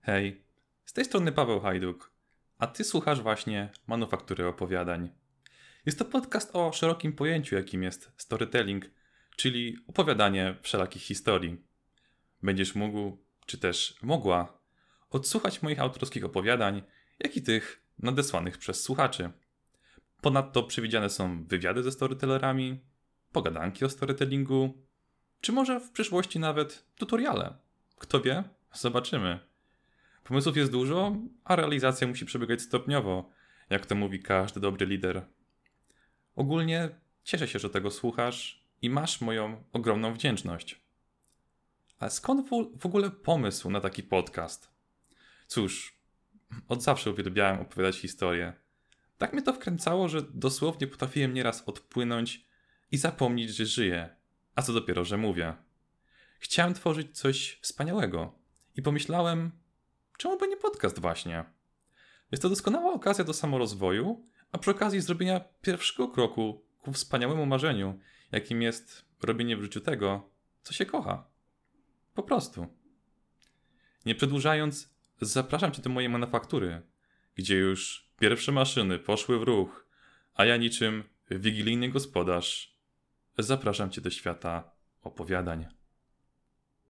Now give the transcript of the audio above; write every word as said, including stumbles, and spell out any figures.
Hej, z tej strony Paweł Hajduk, a ty słuchasz właśnie Manufaktury Opowiadań. Jest to podcast o szerokim pojęciu, jakim jest storytelling, czyli opowiadanie wszelakich historii. Będziesz mógł, czy też mogła, odsłuchać moich autorskich opowiadań, jak i tych nadesłanych przez słuchaczy. Ponadto przewidziane są wywiady ze storytellerami, pogadanki o storytellingu, czy może w przyszłości nawet tutoriale. Kto wie? Zobaczymy. Pomysłów jest dużo, a realizacja musi przebiegać stopniowo, jak to mówi każdy dobry lider. Ogólnie cieszę się, że tego słuchasz i masz moją ogromną wdzięczność. Ale skąd w ogóle pomysł na taki podcast? Cóż, od zawsze uwielbiałem opowiadać historie. Tak mnie to wkręcało, że dosłownie potrafiłem nieraz odpłynąć i zapomnieć, że żyję, a co dopiero, że mówię. Chciałem tworzyć coś wspaniałego i pomyślałem, czemu by nie podcast właśnie? Jest to doskonała okazja do samorozwoju, a przy okazji zrobienia pierwszego kroku ku wspaniałemu marzeniu, jakim jest robienie w życiu tego, co się kocha. Po prostu. Nie przedłużając, zapraszam cię do mojej manufaktury, gdzie już pierwsze maszyny poszły w ruch, a ja niczym wigilijny gospodarz zapraszam cię do świata opowiadań.